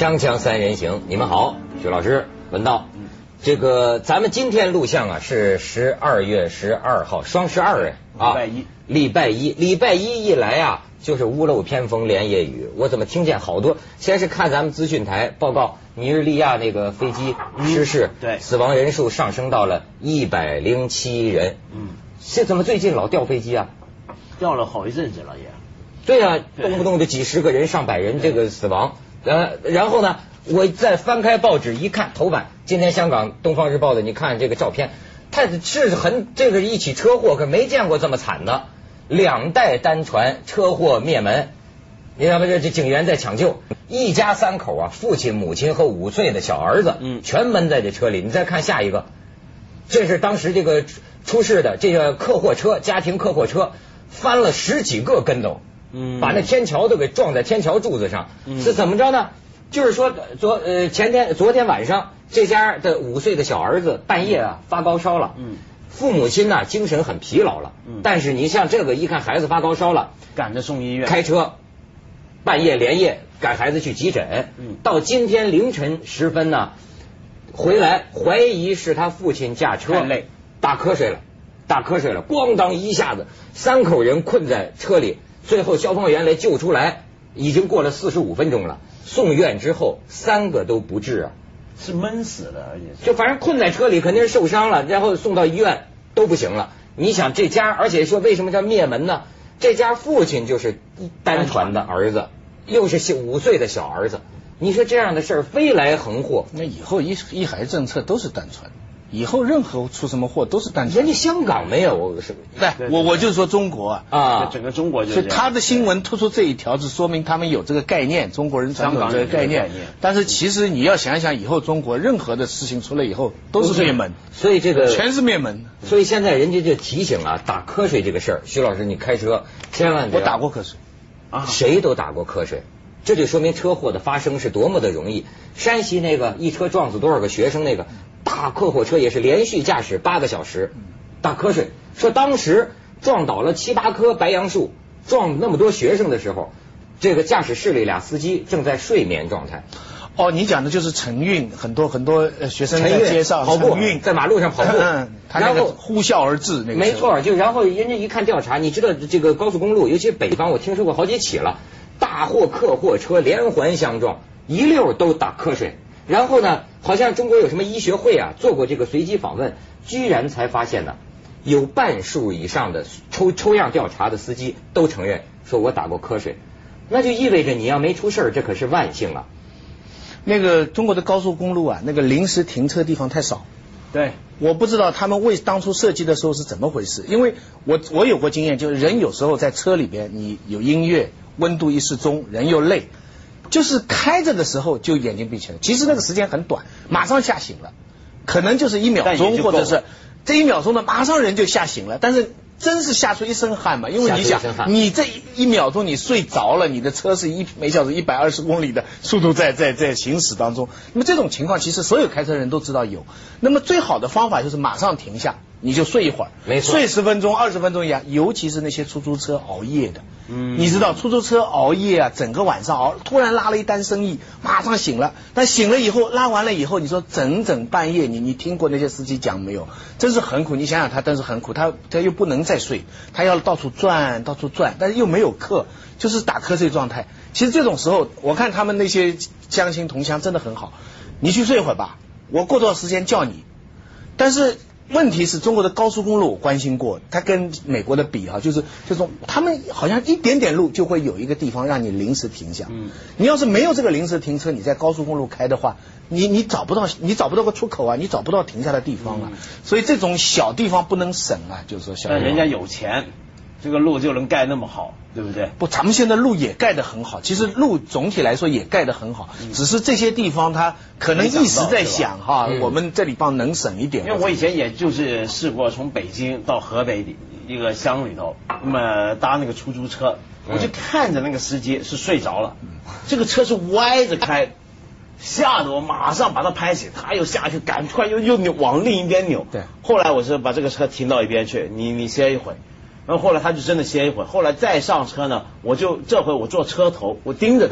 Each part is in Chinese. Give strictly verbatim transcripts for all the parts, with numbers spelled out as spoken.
锵锵三人行，你们好，徐老师，文道。这个咱们今天录像啊，是十二月十二号，双十二哎啊， 礼拜一， 礼拜一，礼拜一一来啊，就是屋漏偏逢连夜雨。我怎么听见好多？先是看咱们资讯台报告，尼日利亚那个飞机失事， 嗯、对， 死亡人数上升到了一百零七人。嗯，这怎么最近老掉飞机啊？ 掉了好一阵子了也。 对啊，动不动就几十个人、上百人这个死亡。呃，然后呢，我再翻开报纸一看，头版今天香港《东方日报》的，你看这个照片，它是很这个一起车祸，可没见过这么惨的，两代单船车祸灭门。你看不这这警员在抢救，一家三口啊，父亲、母亲和五岁的小儿子，嗯，全闷在这车里。你再看下一个，这是当时这个出事的这个客货车，家庭客货车翻了十几个跟斗。嗯，把那天桥都给撞在天桥柱子上，嗯、是怎么着呢？就是说昨呃前天昨天晚上，这家的五岁的小儿子半夜啊发高烧了，嗯，父母亲呢精神很疲劳了，嗯，但是你像这个一看孩子发高烧了， 赶着送医院， 开车半夜连夜赶孩子去急诊，嗯，到今天凌晨时分呢回来，怀疑是他父亲驾车太累打瞌睡了，打瞌睡了，咣当一下子，三口人困在车里。最后消防员来救出来，已经过了四十五分钟了。送院之后，三个都不治啊， 是闷死了，而且就反正困在车里，肯定是受伤了，然后送到医院都不行了。你想这家，而且说为什么叫灭门呢？这家父亲就是单传的儿子，又是五岁的小儿子，你说这样的事儿飞来横祸， 那以后一一孩政策都是单传。以后任何出什么祸都是单传， 人家香港没有是？ 对，我我就说中国啊， 啊， 整个中国就是。 所以他的新闻突出这一条，是说明他们有这个概念，中国人才有这个概念。但是其实你要想想，以后中国任何的事情出来以后都是灭门， 所以这个全是灭门。 所以现在人家就提醒啊，打瞌睡这个事儿，徐老师你开车千万我打过瞌睡啊，谁都打过瞌睡。这就说明车祸的发生是多么的容易。山西那个一车撞死多少个学生那个大客货车也是连续驾驶八个小时，打瞌睡。说当时撞倒了七八棵白杨树，撞那么多学生的时候，这个驾驶室里俩司机正在睡眠状态。 哦，你讲的就是晨运，很多很多学生在街上跑步，在马路上跑步， 嗯，然后呼啸而至那个。 没错，就然后人家一看调查，你知道这个高速公路，尤其北方，我听说过好几起了。大货客货车连环相撞，一溜都打瞌睡。然后呢，好像中国有什么医学会啊做过这个随机访问，居然才发现呢，有半数以上的抽抽样调查的司机都承认说我打过瞌睡，那就意味着你要没出事，这可是万幸啊。 那个中国的高速公路啊，那个临时停车地方太少。 对， 我不知道他们为当初设计的时候是怎么回事，因为我我有过经验，就是人有时候在车里边，你有音乐。温度一适中，人又累，就是开着的时候就眼睛闭起来，其实那个时间很短，马上吓醒了，可能就是一秒钟，或者是这一秒钟呢，马上人就吓醒了，但是真是吓出一身汗嘛，因为你想，你这一秒钟你睡着了，你的车是一每小时一百二十公里的速度在在在行驶当中，那么这种情况其实所有开车人都知道有，那么最好的方法就是马上停下。你就睡一会儿， 没错， 睡十分钟、二十分钟一样。尤其是那些出租车熬夜的，嗯，你知道出租车熬夜啊，整个晚上熬，突然拉了一单生意，马上醒了。但醒了以后，拉完了以后，你说整整半夜，你你听过那些司机讲没有？真是很苦。你想想他，真是很苦，他他又不能再睡，他要到处转，到处转，但是又没有课，就是打瞌睡状态。其实这种时候，我看他们那些乡亲同乡真的很好，你去睡一会儿吧，我过多少时间叫你，但是。问题是中国的高速公路我关心过，它跟美国的比啊，就是这种他们好像一点点路就会有一个地方让你临时停下。嗯，你要是没有这个临时停车，你在高速公路开的话，你你找不到你找不到个出口啊，你找不到停下的地方啊。嗯、所以这种小地方不能省啊，就是说小地方。 但人家有钱，这个路就能盖那么好，对不对？ 不，咱们现在路也盖得很好，其实路总体来说也盖得很好，嗯、只是这些地方它可能一直在想哈，嗯、我们这地方能省一点。 因为我以前也就是试过从北京到河北一个乡里头，那么搭那个出租车，我就看着那个司机是睡着了，嗯、这个车是歪着开。吓得我马上把他拍起，他又下去，赶快又又扭往另一边扭。 对， 后来我是把这个车停到一边去，你你歇一会。然后后来他就真的歇一会儿，后来再上车呢，我就这回我坐车头，我盯着他，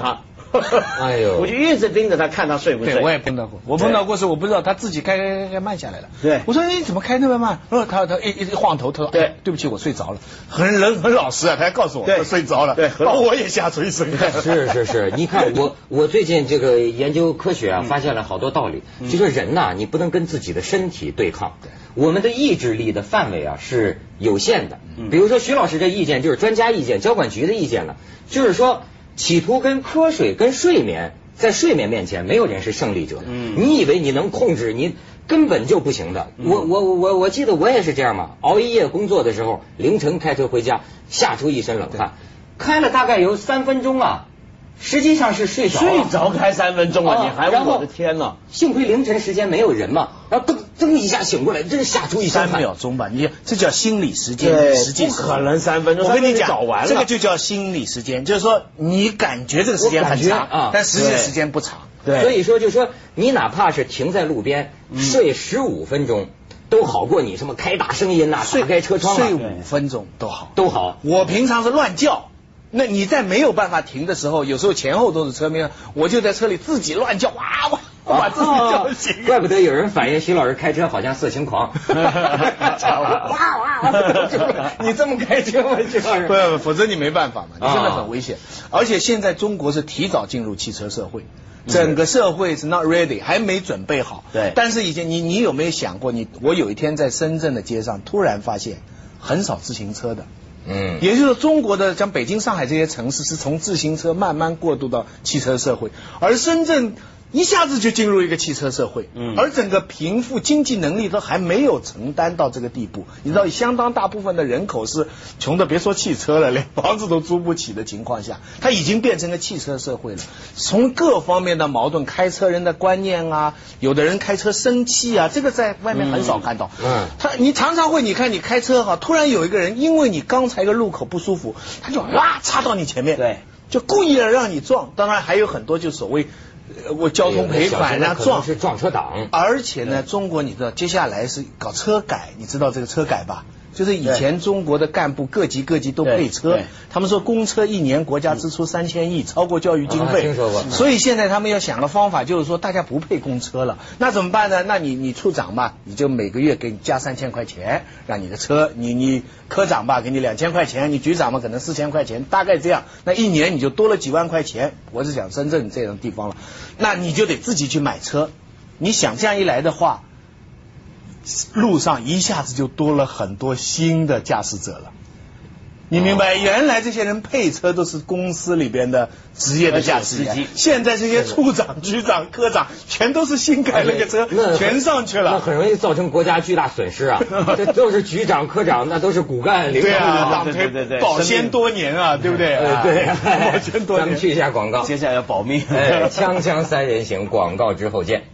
哎呦， 我就一直盯着他看他睡不睡。 对，我也碰到过，我碰到过是我不知道他自己开开开慢下来了。 对， 我说哎怎么开那么慢？然后他他一一晃头，他说对、 哎、对不起我睡着了。很人很老实啊，他还告诉我他睡着了。 对， 把我也吓出一身汗。 是是是，你看我我最近这个研究科学啊，发现了好多道理。就说人呐，你不能跟自己的身体对抗。我们的意志力的范围啊是有限的。比如说徐老师这意见就是专家意见，交管局的意见了，就是说企图跟瞌睡跟睡眠，在睡眠面前没有人是胜利者。嗯，你以为你能控制，你根本就不行的。我我我我记得我也是这样嘛，熬一夜工作的时候，凌晨开车回家，吓出一身冷汗，开了大概有三分钟啊。实际上是睡着， 睡着开三分钟啊！ 哦、 你还然后我的天哪！ 幸亏凌晨时间没有人嘛，然后噔噔一下醒过来，真是吓出一身汗。 三秒钟吧，你这叫心理时间， 对， 实际不可能三分钟。 我跟你讲， 搞完了， 这个就叫心理时间，就是说你感觉这个时间很长啊， 但实际时间不长。 对， 所以说就说你哪怕是停在路边、嗯、睡十五分钟。都好过你什么开大声音呐、啊，打开车窗、啊， 睡五分钟都好， 都好。 我平常是乱叫。那你在没有办法停的时候，有时候前后都是车面，我就在车里自己乱叫，哇哇，我把自己叫醒、 啊。怪不得有人反映徐老师开车好像色情狂。哇哇！你这么开车吗，徐老师？ 不，否则你没办法嘛，你真的很危险。啊、而且现在中国是提早进入汽车社会，整个社会是 not ready， 还没准备好。 对。 但是以前你你有没有想过，你我有一天在深圳的街上突然发现很少自行车的。嗯，也就是说，中国的像北京、上海这些城市是从自行车慢慢过渡到汽车社会，而深圳一下子就进入一个汽车社会，嗯，而整个贫富经济能力都还没有承担到这个地步。你知道，相当大部分的人口是穷的，别说汽车了，连房子都租不起的情况下，它已经变成了汽车社会了。从各方面的矛盾，开车人的观念啊，有的人开车生气啊，这个在外面很少看到。嗯，他你常常会，你看你开车哈，突然有一个人因为你刚才一个路口不舒服，他就哇插到你前面， 对， 就故意的让你撞。当然还有很多就所谓。我交通赔款然后撞是撞车党， 而且呢，中国你知道接下来是搞车改，你知道这个车改吧？就是以前中国的干部各级各级都配车，他们说公车一年国家支出三千亿，超过教育经费。 听说过。 所以现在他们要想个方法，就是说大家不配公车了，那怎么办呢？那你你处长吧，你就每个月给你加三千块钱，让你的车，你你科长吧，给你两千块钱，你局长嘛可能四千块钱，大概这样，那一年你就多了几万块钱。我是讲深圳这种地方了，那你就得自己去买车。你想这样一来的话，路上一下子就多了很多新的驾驶者了，你明白？原来这些人配车都是公司里边的职业的驾驶员，现在这些处长、局长、科长全都是新改了个车，全上去了， 那很容易造成国家巨大损失啊！这都是局长、科长，那都是骨干领导， 对啊，党推保鲜多年啊，对不对？ 对， 保鲜多年。 咱们去一下广告， 接下来要保密。 哎，锵锵三人行，广告之后见。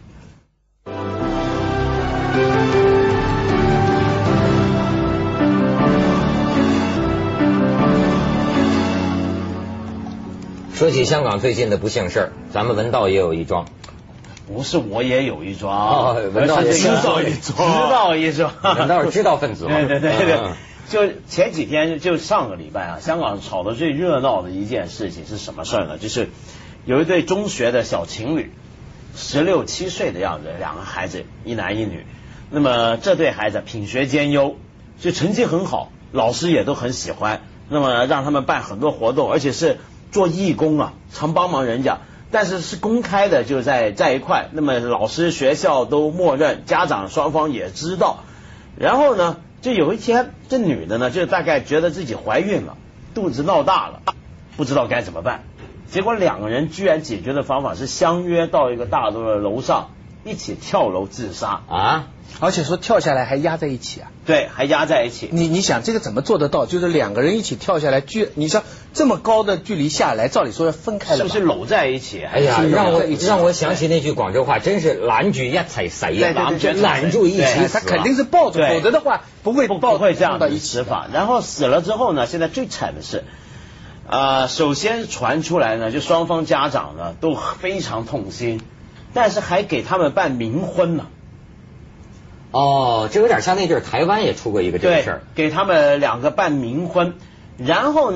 说起香港最近的不幸事儿，咱们文道也有一桩。 不是我也有一桩， 哦，文道知道一桩， 知道一桩， 文道是知道分子嘛？ 对对对对，嗯、就前几天，就上个礼拜啊，香港吵得最热闹的一件事情是什么事儿呢？就是有一对中学的小情侣，十六七岁的样子，两个孩子，一男一女。那么这对孩子品学兼优，就成绩很好，老师也都很喜欢。那么让他们办很多活动，而且是做义工啊，常帮忙人家。但是是公开的，就在在一块。那么老师、学校都默认，家长双方也知道。然后呢，就有一天，这女的呢，就大概觉得自己怀孕了，肚子闹大了，不知道该怎么办。结果两个人居然解决的方法是相约到一个大楼的楼上，一起跳楼自杀啊！ 而且说跳下来还压在一起啊？ 对，还压在一起。 你你想这个怎么做得到？就是两个人一起跳下来，距你像这么高的距离下来，照理说要分开了， 是不是搂在一起？ 哎呀，让我让我想起那句广州话，真是拦住一踩谁呀，拦住一起死， 他肯定是抱着，否则的话不会不不会这样的死法。然后死了之后呢，现在最惨的是，呃，首先传出来呢，就双方家长呢都非常痛心，但是还给他们办冥婚呢。 哦，这有点像那阵儿台湾也出过一个这个事儿， 给他们两个办冥婚，然后呢，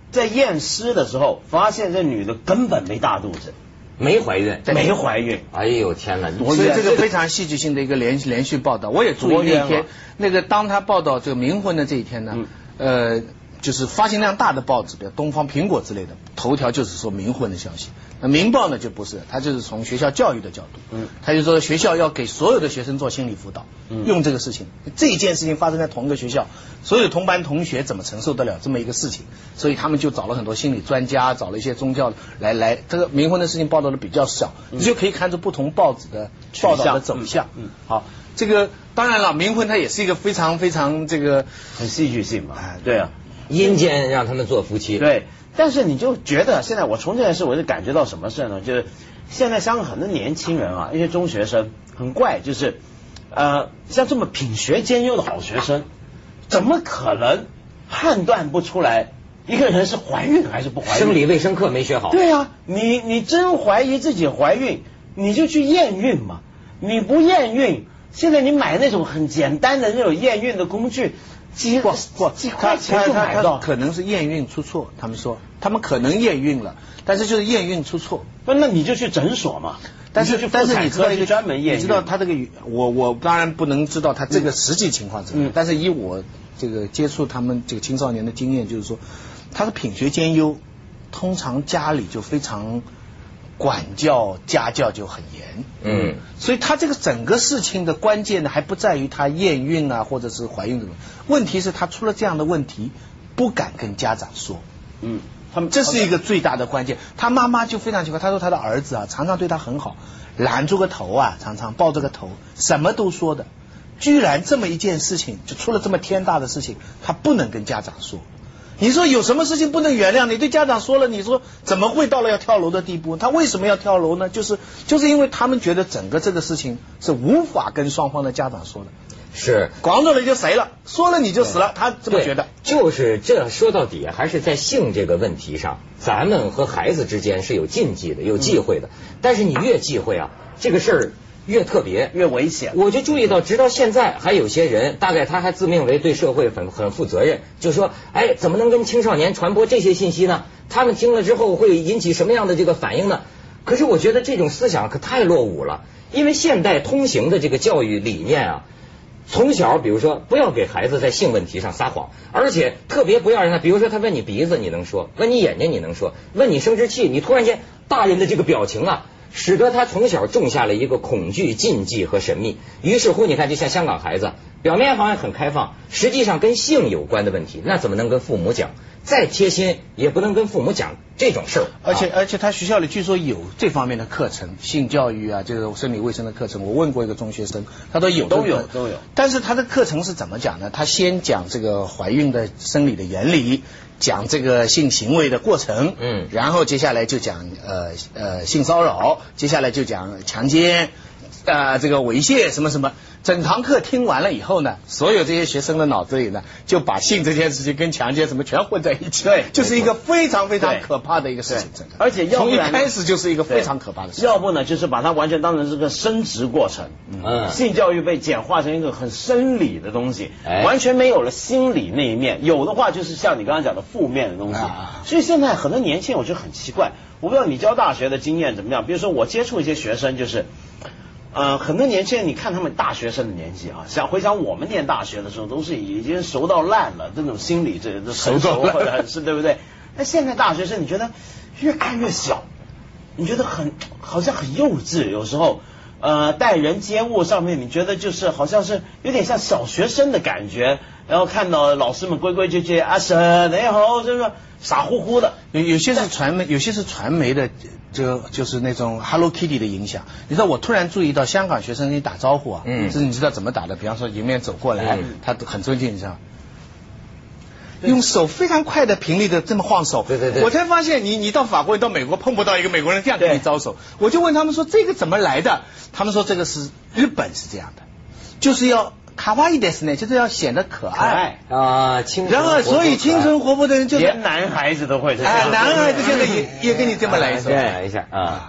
在验尸的时候发现这女的根本没大肚子， 没怀孕， 没怀孕。 哎呦天哪！ 所以这个非常戏剧性的一个连连续报道。我也注意那天那个当他报道这个冥婚的这一天呢，嗯、呃，就是发行量大的报纸，比如东方苹果之类的，头条就是说冥婚的消息。那明报呢就不是，他就是从学校教育的角度，嗯，他就说学校要给所有的学生做心理辅导，嗯，用这个事情，这一件事情发生在同一个学校，所有同班同学怎么承受得了这么一个事情？所以他们就找了很多心理专家，找了一些宗教来来，这个冥婚的事情报道的比较少，你就可以看出不同报纸的报道的走向。嗯，好，这个当然了，冥婚它也是一个非常非常这个很戏剧性嘛，对啊， 阴间让他们做夫妻， 对。但是你就觉得现在我从这件事我就感觉到什么事呢？就是现在香港很多年轻人啊，一些中学生很怪，就是呃像这么品学兼优的好学生，怎么可能判断不出来一个人是怀孕还是不怀孕？ 生理卫生课没学好。 对啊，你你真怀疑自己怀孕，你就去验孕嘛。你不验孕，现在你买那种很简单的那种验孕的工具。几不不， 几块钱就买到， 可能是验孕出错。他们说，他们可能验孕了，但是就是验孕出错。 不，那你就去诊所嘛。 但是但是你知道一个专门验孕， 你知道他这个我我当然不能知道他这个实际情况怎么样，嗯、但是以我这个接触他们这个青少年的经验，就是说，他的品学兼优，通常家里就非常管教家教就很严，嗯，所以他这个整个事情的关键呢，还不在于他验孕啊，或者是怀孕这种问题，是他出了这样的问题，不敢跟家长说，嗯，他们这是一个最大的关键。他妈妈就非常奇怪，他说他的儿子啊，常常对他很好，揽住个头啊，常常抱着个头，什么都说的，居然这么一件事情就出了这么天大的事情，他不能跟家长说。你说有什么事情不能原谅？你对家长说了，你说怎么会到了要跳楼的地步？他为什么要跳楼呢？就是就是因为他们觉得整个这个事情是无法跟双方的家长说的。 是， 广州人就谁了，说了你就死了，他这么觉得。 就是这说到底还是在性这个问题上，咱们和孩子之间是有禁忌的，有忌讳的。嗯、但是你越忌讳啊，这个事儿越特别， 越危险。 我就注意到，直到现在还有些人，大概他还自命为对社会很很负责任，就说，哎，怎么能跟青少年传播这些信息呢？他们听了之后会引起什么样的这个反应呢？可是我觉得这种思想可太落伍了，因为现代通行的这个教育理念啊，从小比如说不要给孩子在性问题上撒谎，而且特别不要让他，比如说他问你鼻子你能说，问你眼睛你能说，问你生殖器，你突然间大人的这个表情啊，使得他从小种下了一个恐惧、禁忌和神秘。于是乎，你看，就像香港孩子，表面好像很开放，实际上跟性有关的问题，那怎么能跟父母讲？再贴心也不能跟父母讲这种事儿。 而且而且他学校里据说有这方面的课程，性教育啊，这个生理卫生的课程。我问过一个中学生，他说有都有都有。 但是他的课程是怎么讲呢？他先讲这个怀孕的生理的原理，讲这个性行为的过程，嗯，然后接下来就讲呃呃性骚扰，接下来就讲强奸。呃，这个猥亵什么什么，整堂课听完了以后呢，所有这些学生的脑子里呢，就把性这件事情跟强奸什么全混在一起，对，就是一个非常非常可怕的一个事情，真的。 而且要不然从一开始就是一个非常可怕的事情。 要不呢，就是把它完全当成是个生殖过程，嗯，性教育被简化成一个很生理的东西，哎、完全没有了心理那一面。有的话就是像你刚刚讲的负面的东西。啊、所以现在很多年轻人我觉得很奇怪，我不知道你教大学的经验怎么样。比如说我接触一些学生，就是。呃，很多年轻人，你看他们大学生的年纪啊，想回想我们念大学的时候，都是已经熟到烂了，这种心理这这成熟或者很是对不对？那现在大学生，你觉得越看越小，你觉得很好像很幼稚，有时候呃待人接物上面，你觉得就是好像是有点像小学生的感觉，然后看到老师们规规矩矩啊，婶你好，就是说傻乎乎的。 有有些是传媒，有些是传媒的。就就是那种 Hello Kitty 的影响，你知道我突然注意到香港学生跟你打招呼啊，嗯，是你知道怎么打的？比方说迎面走过来，嗯、他很尊敬，你知道，用手非常快的频率的这么晃手， 对对对， 我才发现你你到法国，你到美国碰不到一个美国人这样跟你招手，我就问他们说这个怎么来的？他们说这个是日本是这样的，就是要。卡哇伊ですね，就是要显得可爱啊，清然后所以清纯活泼的人就连男孩子都会这样， 哎，男孩子现在也也跟你这么来一手， 来一下啊。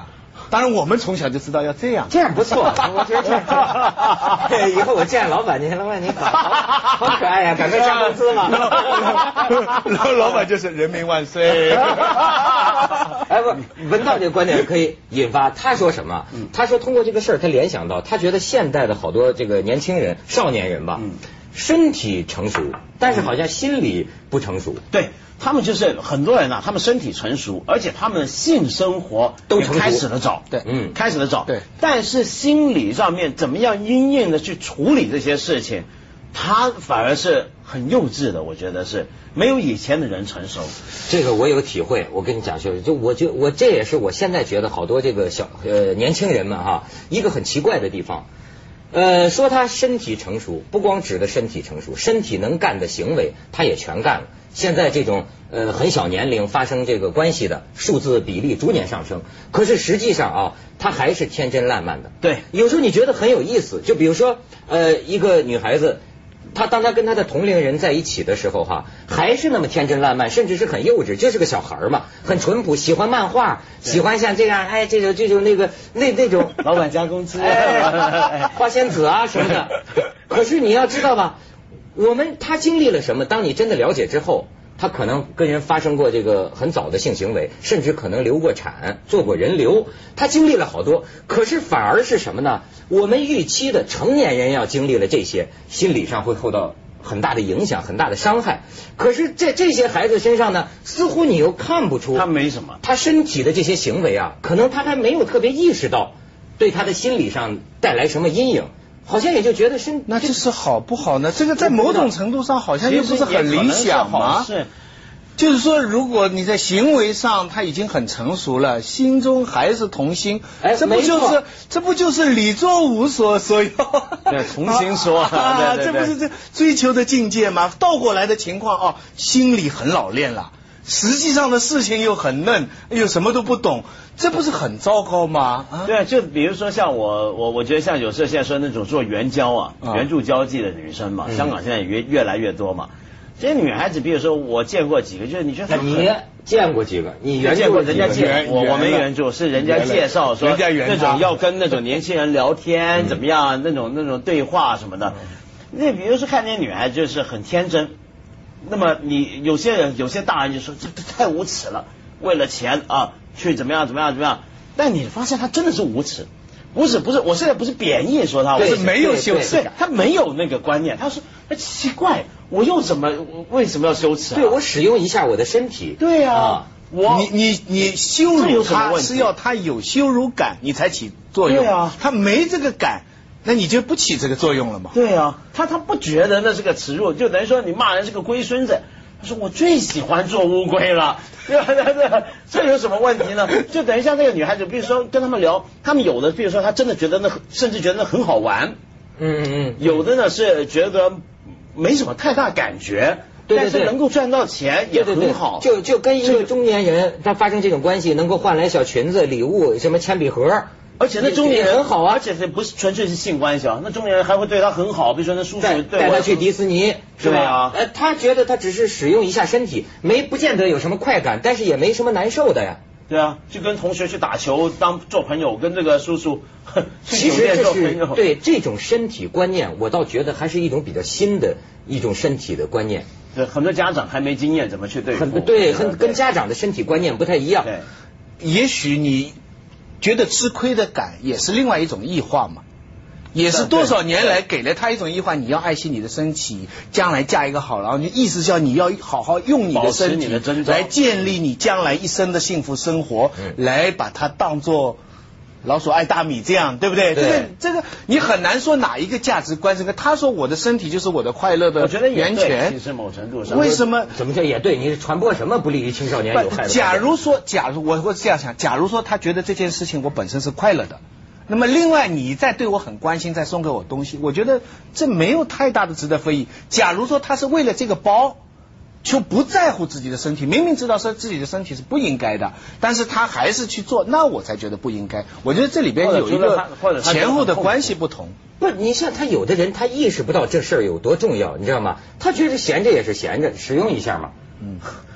当然我们从小就知道要这样， 这样不错，我觉得这样。以后我见老板，你看老板你好，好可爱呀，赶快加工资嘛。 老老板就是人民万岁。 哎不，文道这个观点可以引发他说什么？他说通过这个事儿，他联想到他觉得现代的好多这个年轻人、少年人吧，身体成熟，但是好像心理不成熟。 对。他们就是很多人啊，他们身体成熟，而且他们的性生活都成熟开始了早， 对， 嗯，开始了早， 对。 但是心理上面怎么样因应的去处理这些事情，他反而是很幼稚的，我觉得是没有以前的人成熟。 这个我有体会，我跟你讲，就是就我就我这也是我现在觉得好多这个小呃年轻人们哈，一个很奇怪的地方。呃，说他身体成熟，不光指的身体成熟，身体能干的行为他也全干了。现在这种呃很小年龄发生这个关系的数字比例逐年上升，可是实际上啊，他还是天真烂漫的。 对， 有时候你觉得很有意思，就比如说呃一个女孩子。他当他跟他的同龄人在一起的时候哈，还是那么天真烂漫，甚至是很幼稚，就是个小孩嘛，很淳朴，喜欢漫画，喜欢像这样，哎，这种这种那个那那种老板加工资， 哎，花仙子啊什么的。可是你要知道吧，我们他经历了什么？当你真的了解之后，他可能跟人发生过这个很早的性行为，甚至可能流过产，做过人流，他经历了好多。可是反而是什么呢？我们预期的成年人要经历了这些，心理上会受到很大的影响，很大的伤害。可是在这些孩子身上呢，似乎你又看不出他没什么， 他身体的这些行为啊，可能他还没有特别意识到对他的心理上带来什么阴影。好像也就觉得身， 那这是好不好呢？这个在某种程度上好像又不是很理想吗？ 是， 就是说，如果你在行为上他已经很成熟了，心中还是童心， 哎， 这不就是这不就是李作武所所要？ 对，童心说啊，这不是这追求的境界吗？倒过来的情况哦，心里很老练了。实际上的事情又很嫩，又什么都不懂，这不是很糟糕吗？啊， 对，就比如说像我，我我觉得像有时候现在说那种做援交啊、啊援助交际的女生嘛，嗯、香港现在越越来越多嘛。这些女孩子，比如说我见过几个，就是你觉得你见过几个？你援见过人家介我我没援助，是人家介绍说那种要跟那种年轻人聊天、嗯、怎么样，那种那种对话什么的。那比如说看那些女孩就是很天真。那么你有些人有些大人就说这太无耻了，为了钱啊去怎么样怎么样怎么样，但你发现他真的是无耻，无耻不是我现在不是贬义说他，我是没有羞耻感， 他没有那个观念，他说那奇怪，我又怎么为什么要羞耻、啊？ 对我使用一下我的身体， 对呀、啊，我你你你羞辱他是要他有羞辱感你才起作用， 对啊， 他没这个感。那你就不起这个作用了吗？ 对啊，他他不觉得那是个耻辱，就等于说你骂人是个龟孙子。他说我最喜欢做乌龟了，对吧？对对，这有什么问题呢？就等于像这个女孩子，比如说跟他们聊，他们有的比如说他真的觉得那甚至觉得那很好玩， 嗯嗯嗯， 有的呢是觉得没什么太大感觉。 对对对， 但是能够赚到钱也很好， 对对对，就就跟一个中年人他发生这种关系，能够换来小裙子、礼物、什么铅笔盒。 而且那中年人很好啊， 而且这不是纯粹是性关系啊，那中年人还会对他很好，比如说那叔叔带带他去迪士尼，是吧？ 啊， 呃，他觉得他只是使用一下身体，没不见得有什么快感，但是也没什么难受的呀。 对啊，就跟同学去打球当做朋友，跟这个叔叔其实这是对这种身体观念，我倒觉得还是一种比较新的一种身体的观念。 对，很多家长还没经验怎么去对付， 很对，很跟家长的身体观念不太一样。 对， 也许你觉得吃亏的感也是另外一种异化嘛，也是多少年来给了他一种异化，你要爱惜你的身体，将来嫁一个好郎，你意思叫你要好好用你的身体来建立你将来一生的幸福生活，嗯、来把它当作老鼠爱大米这样，对不对？ 对这个这个你很难说哪一个价值观。这个他说我的身体就是我的快乐的源泉， 其实某程度上为什么？ 怎么叫也对？你是传播什么不利于青少年有害的？ 假如说，假如我我这样想，假如说他觉得这件事情我本身是快乐的，那么另外你再对我很关心，再送给我东西，我觉得这没有太大的值得非议。假如说他是为了这个包就不在乎自己的身体，明明知道说自己的身体是不应该的，但是他还是去做，那我才觉得不应该。我觉得这里边有一个前后的关系不同。 不，你像他有的人，他意识不到这事儿有多重要，你知道吗？他觉得闲着也是闲着，使用一下嘛。 嗯，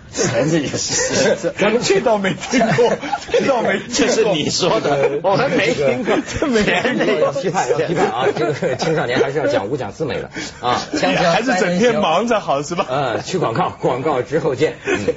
绳子也是， 咱们这倒没听过，这倒没听过， 这是你说的，我们没听过， 这没听过。 要批判，要批判啊！这个青少年还是要讲五讲四美的啊，锵锵还是整天忙着好是吧？ 呃，去广告，广告之后见。嗯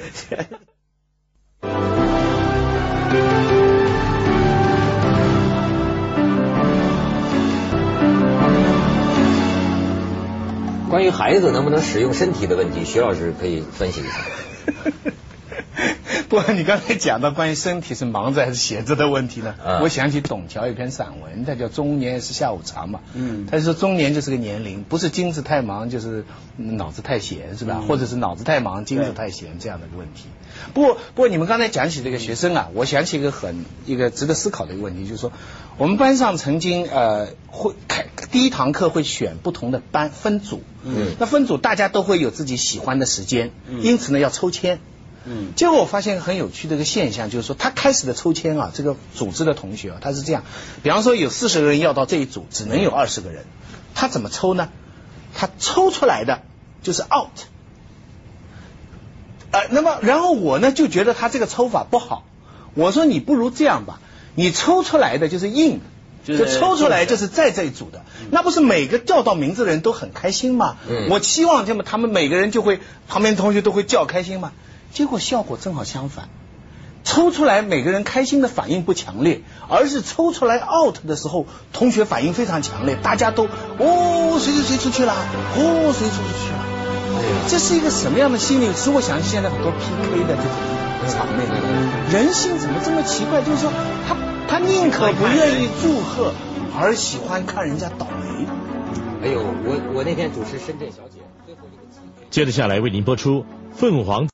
关于孩子能不能使用身体的问题，徐老师可以分析一下。 不过你刚才讲到关于身体是忙着还是闲着的问题呢， 嗯、 我想起董桥有篇散文，它叫《中年是下午茶》嘛。 嗯， 他说中年就是个年龄，不是精子太忙，就是脑子太闲，是吧？ 嗯、 或者是脑子太忙，精子太闲这样的一个问题。不过，不过你们刚才讲起这个学生啊，我想起一个很一个值得思考的一个问题，就是说我们班上曾经呃会开第一堂课会选不同的班分组，嗯，那分组大家都会有自己喜欢的时间，嗯、因此呢要抽签。嗯，结果我发现很有趣的一个现象，就是说他开始的抽签啊，这个组织的同学啊，他是这样，比方说有四十个人要到这一组，只能有二十个人，他怎么抽呢？他抽出来的就是 out， 呃，那么然后我呢就觉得他这个抽法不好，我说你不如这样吧，你抽出来的就是 in， 就抽出来就是在这一组的，那不是每个叫到名字的人都很开心吗？嗯，我期望这么他们每个人就会旁边同学都会叫开心吗？结果效果正好相反，抽出来每个人开心的反应不强烈，而是抽出来 out 的时候，同学反应非常强烈，大家都哦谁谁谁出去了，哦谁出去了，哎呀，这是一个什么样的心理？使我想起现在很多 P K 的这种场面，人性怎么这么奇怪？就是说他他宁可不愿意祝贺，而喜欢看人家倒霉。 哎呦，我我那天主持深圳小姐最后一个。 接着下来为您播出凤凰。